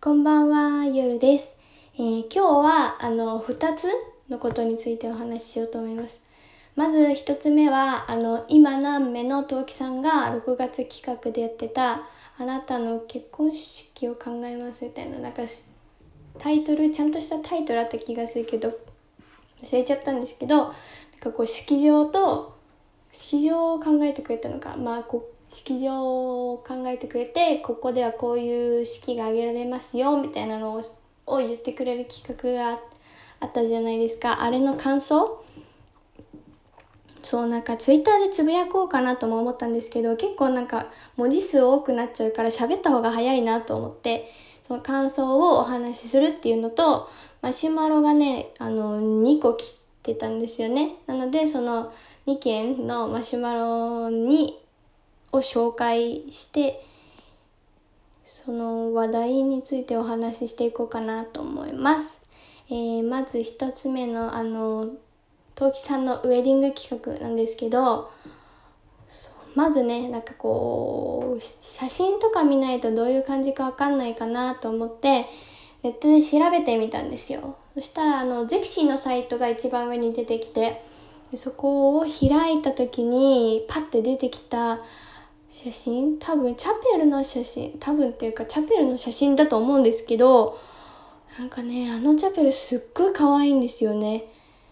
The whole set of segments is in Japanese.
こんばんは、夜です。今日は2つのことについてお話ししようと思います。まず1つ目は今何名の陶器さんが6月企画でやってたあなたの結婚式を考えますみたいな、タイトル、ちゃんとしたタイトルあった気がするけど忘れちゃったんですけど、式場を考えてくれたのか、式場を考えてくれて、ここではこういう式が挙げられますよみたいなのを言ってくれる企画があったじゃないですか。あれの感想、ツイッターでつぶやこうかなとも思ったんですけど、結構文字数多くなっちゃうから喋った方が早いなと思って、その感想をお話しするっていうのと、マシュマロがね2個切ってたんですよね。なのでその2件のマシュマロを紹介して、その話題についてお話ししていこうかなと思います。まず一つ目の陶器さんのウェディング企画なんですけど、まずね写真とか見ないとどういう感じかわかんないかなと思ってネットで調べてみたんですよ。そしたらゼクシーのサイトが一番上に出てきて、そこを開いた時にパッて出てきた写真、チャペルの写真だと思うんですけど、チャペルすっごい可愛いんですよね。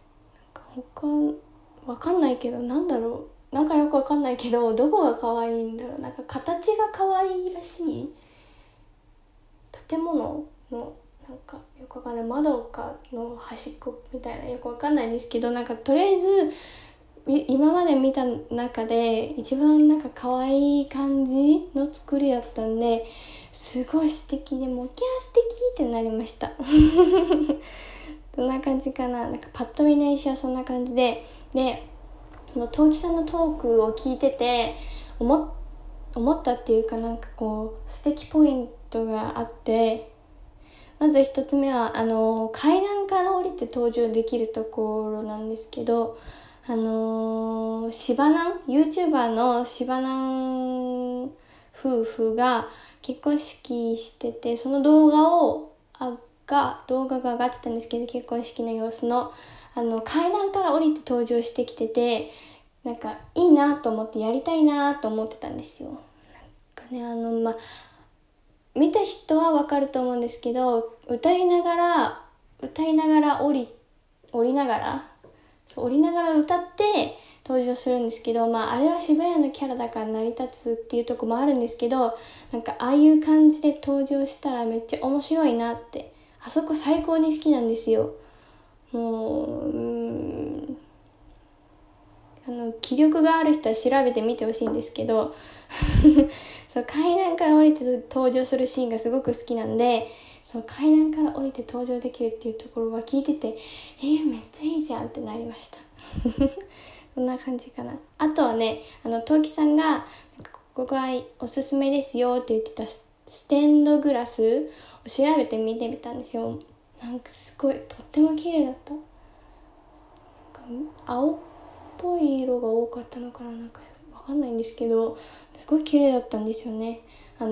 わかんないけど、よくわかんないけど、どこが可愛いんだろう。形が可愛いらしい。建物のよくわかんない、窓かの端っこみたいな、よくわかんないんですけど、とりあえず今まで見た中で一番可愛い感じの作りだったんで、すごい素敵で、もうキャー素敵ってなりましたそんな感じかな。パッと見の印象はそんな感じで、陶器さんのトークを聞いてて思ったっていうか、素敵ポイントがあって、まず一つ目は階段から降りて登場できるところなんですけど、YouTuber のしばなん夫婦が結婚式してて、その動画が上がってたんですけど、結婚式の様子の階段から降りて登場してきてて、いいなと思って、やりたいなと思ってたんですよ。見た人はわかると思うんですけど、歌いながら降りながら歌って登場するんですけど、あれは渋谷のキャラだから成り立つっていうところもあるんですけど、ああいう感じで登場したらめっちゃ面白いなって、あそこ最高に好きなんですよ。もう気力がある人は調べてみてほしいんですけどそう、階段から降りて登場するシーンがすごく好きなんで、その階段から降りて登場できるっていうところは聞いてて、めっちゃいいじゃんってなりましたそんな感じかな。あとはね、陶器さんがここがおすすめですよって言ってたステンドグラスを調べて見てみたんですよ。すごいとっても綺麗だった。青っぽい色が多かったのかな、わかんないんですけど、すごい綺麗だったんですよね。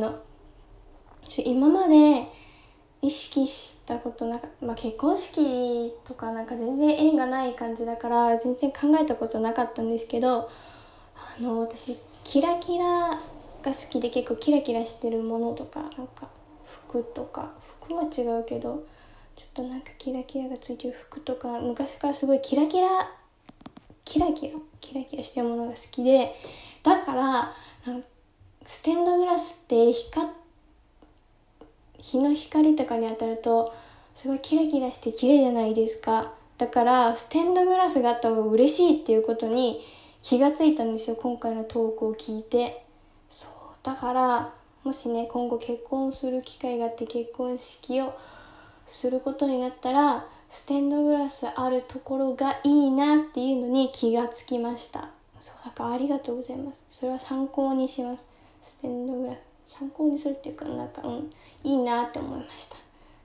今まで意識したこと結婚式とか全然縁がない感じだから全然考えたことなかったんですけど、私キラキラが好きで、結構キラキラしてるものとか、服は違うけどちょっとキラキラがついてる服とか、昔からすごいキラキラしてるものが好きで、だからステンドグラスって日の光とかに当たるとすごいキラキラして綺麗じゃないですか。だからステンドグラスがあった方が嬉しいっていうことに気がついたんですよ、今回のトークを聞いて。そうだから、もしね今後結婚する機会があって結婚式をすることになったら、ステンドグラスあるところがいいなっていうのに気がつきました。ありがとうございます。それは参考にします。ステンドグラス参考にするっていうか、いいなって思いました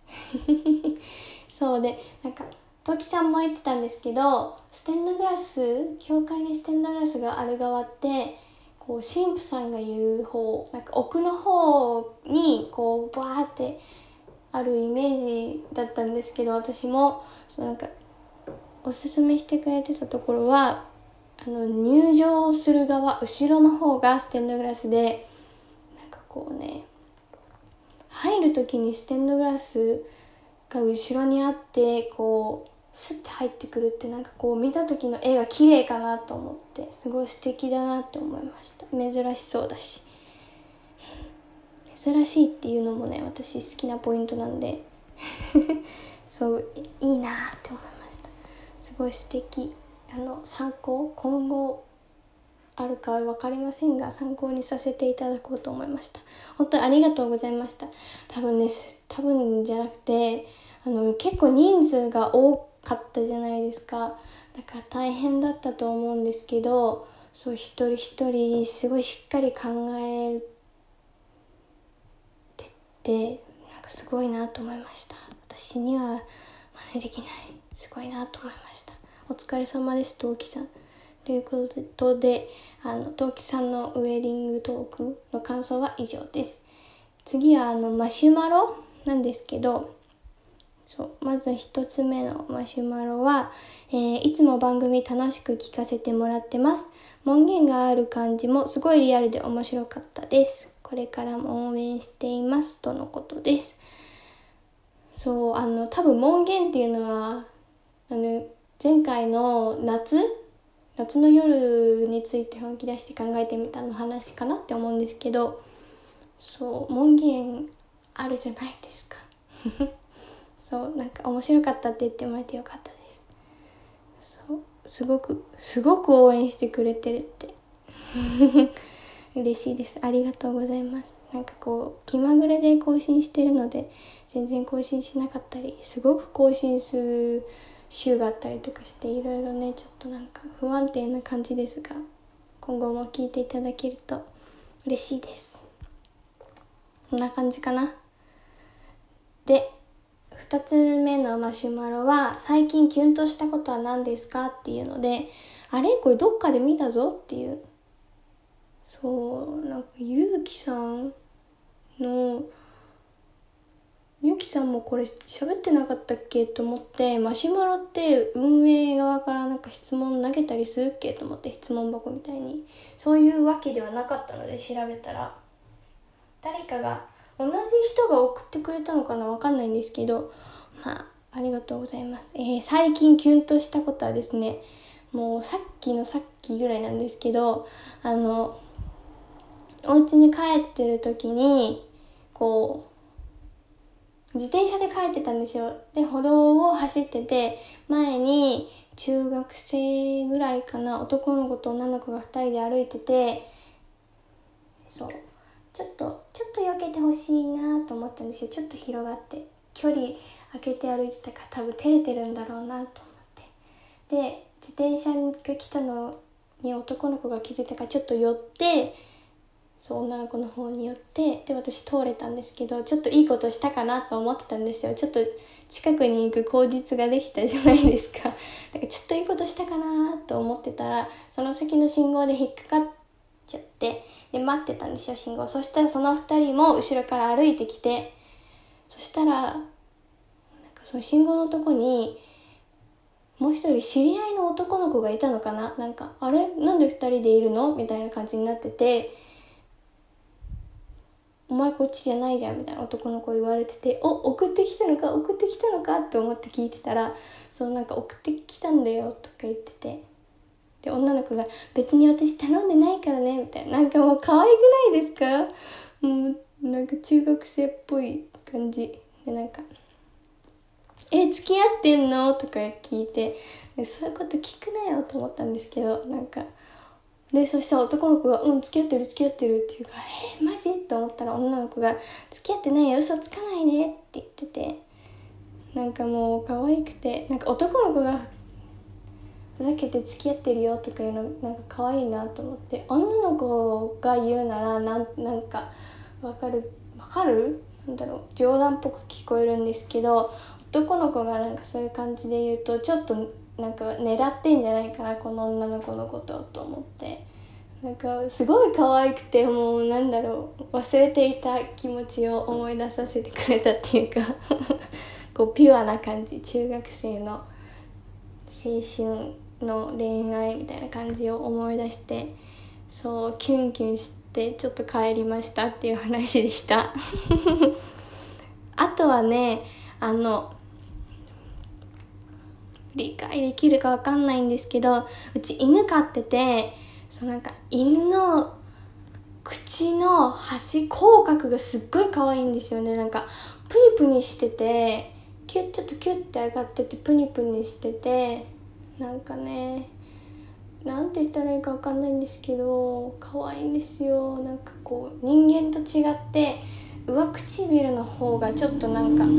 そうで、トキさんも言ってたんですけど、教会にステンドグラスがある側って神父さんがいる方、奥の方にバーってあるイメージだったんですけど、私もなんかおすすめしてくれてたところは入場する側、後ろの方がステンドグラスで、なんかこうね、入る時にステンドグラスが後ろにあって、こうスッて入ってくるって、なんかこう見た時の絵が綺麗かなと思って、すごい素敵だなって思いました。珍しそうだし、珍しいっていうのもね、私好きなポイントなんでそういいなって思いました。すごい素敵。参考、今後あるかは分かりませんが、参考にさせていただこうと思いました。本当にありがとうございました。多分じゃなくて、結構人数が多かったじゃないですか。だから大変だったと思うんですけど、そう一人一人すごいしっかり考えてて、なんかすごいなと思いました。私には真似できない。すごいなと思いました。お疲れ様です、トウキさん。ということで、トウキさんのウェディングトークの感想は以上です。次はマシュマロなんですけど、まず一つ目のマシュマロは、いつも番組楽しく聞かせてもらってます。門限がある感じもすごいリアルで面白かったです。これからも応援していますとのことです。多分門限っていうのは前回の夏の夜について本気出して考えてみたの話かなって思うんですけど、門限あるじゃないですかなんか面白かったって言ってもらえてよかったです。すごく応援してくれてるって嬉しいです。ありがとうございます。なんかこう気まぐれで更新してるので、全然更新しなかったり、すごく更新する週があったりとかして、いろいろね、ちょっとなんか不安定な感じですが、今後も聞いていただけると嬉しいです。こんな感じかな。で、2つ目のマシュマロは、最近キュンとしたことは何ですかっていうので、あれこれどっかで見たぞっていう、なんかゆうきさんもこれ喋ってなかったっけと思って、マシュマロって運営側からなんか質問投げたりするっけと思って、質問箱みたいに。そういうわけではなかったので、調べたら誰かが、同じ人が送ってくれたのかな、わかんないんですけど、ありがとうございます。最近キュンとしたことはですね、もうさっきぐらいなんですけど、お家に帰ってる時にこう自転車で帰ってたんですよ。で、歩道を走ってて、前に中学生ぐらいかな、男の子と女の子が2人で歩いてて、ちょっと避けてほしいなと思ったんですよ。ちょっと広がって距離空けて歩いてたから、多分照れてるんだろうなと思って、で自転車が来たのに男の子が気づいたから、ちょっと寄って、女の子の方に寄って、で私通れたんですけど、ちょっといいことしたかなと思ってたんですよ。ちょっと近くに行く口実ができたじゃないですか。だからちょっといいことしたかなと思ってたら、その先の信号で引っかかっちゃって、で待ってたんですよ、信号。そしたらその2人も後ろから歩いてきて、そしたらなんかその信号のとこにもう一人知り合いの男の子がいたのかな、なんかあれなんで2人でいるのみたいな感じになってて、お前こっちじゃないじゃんみたいな男の子言われてて、送ってきたのかって思って聞いてたら、なんか送ってきたんだよとか言ってて、で女の子が別に私頼んでないからねみたいな、なんかもう可愛くないですか？なんか中学生っぽい感じで、なんか付き合ってんのとか聞いて、そういうこと聞くなよと思ったんですけど、なんかで、そしたら男の子が付き合ってるって言うから、マジと思ったら、女の子が付き合ってないよ、嘘つかないねって言ってて、なんかもう可愛くて、なんか男の子がふざけて付き合ってるよとかいうのなんか可愛いなと思って、女の子が言うならなんかわかるなんだろう、冗談っぽく聞こえるんですけど、男の子がなんかそういう感じで言うと、ちょっとなんか狙ってんじゃないかな、この女の子のことと思って、 なんかすごい可愛くて、もうなんだろう、忘れていた気持ちを思い出させてくれたっていうかこうピュアな感じ、中学生の青春の恋愛みたいな感じを思い出して、そうキュンキュンしてちょっと帰りましたっていう話でしたあとはね、理解できるかわかんないんですけど、うち犬飼ってて、なんか犬の口の端、口角がすっごい可愛いんですよね。なんかプニプニしてて、ちょっとキュッて上がっててプニプニしてて、なんかね、なんて言ったらいいかわかんないんですけど、可愛いんですよ。なんかこう人間と違って上唇の方がちょっとなんか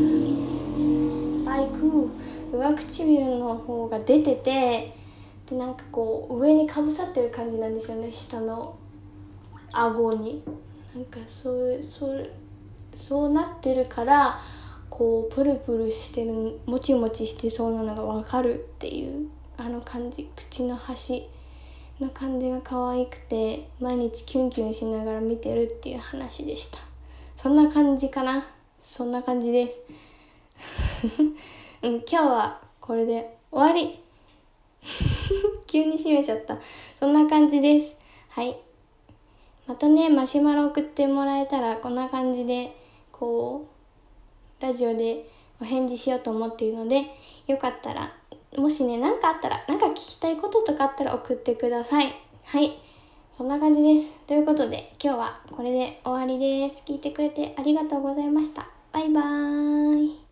上唇の方が出てて、でなんかこう上にかぶさってる感じなんですよね、下の顎に。なんかそうなってるから、こうプルプルしてる、もちもちしてそうなのがわかるっていう感じ、口の端の感じが可愛くて、毎日キュンキュンしながら見てるっていう話でした。そんな感じかな。そんな感じです今日はこれで終わり急に閉めちゃった。そんな感じです。はい、またね、マシュマロ送ってもらえたら、こんな感じでこうラジオでお返事しようと思っているので、よかったら、もしね、何かあったら、何か聞きたいこととかあったら送ってください。はい、そんな感じです。ということで、今日はこれで終わりです。聞いてくれてありがとうございました。バイバーイ。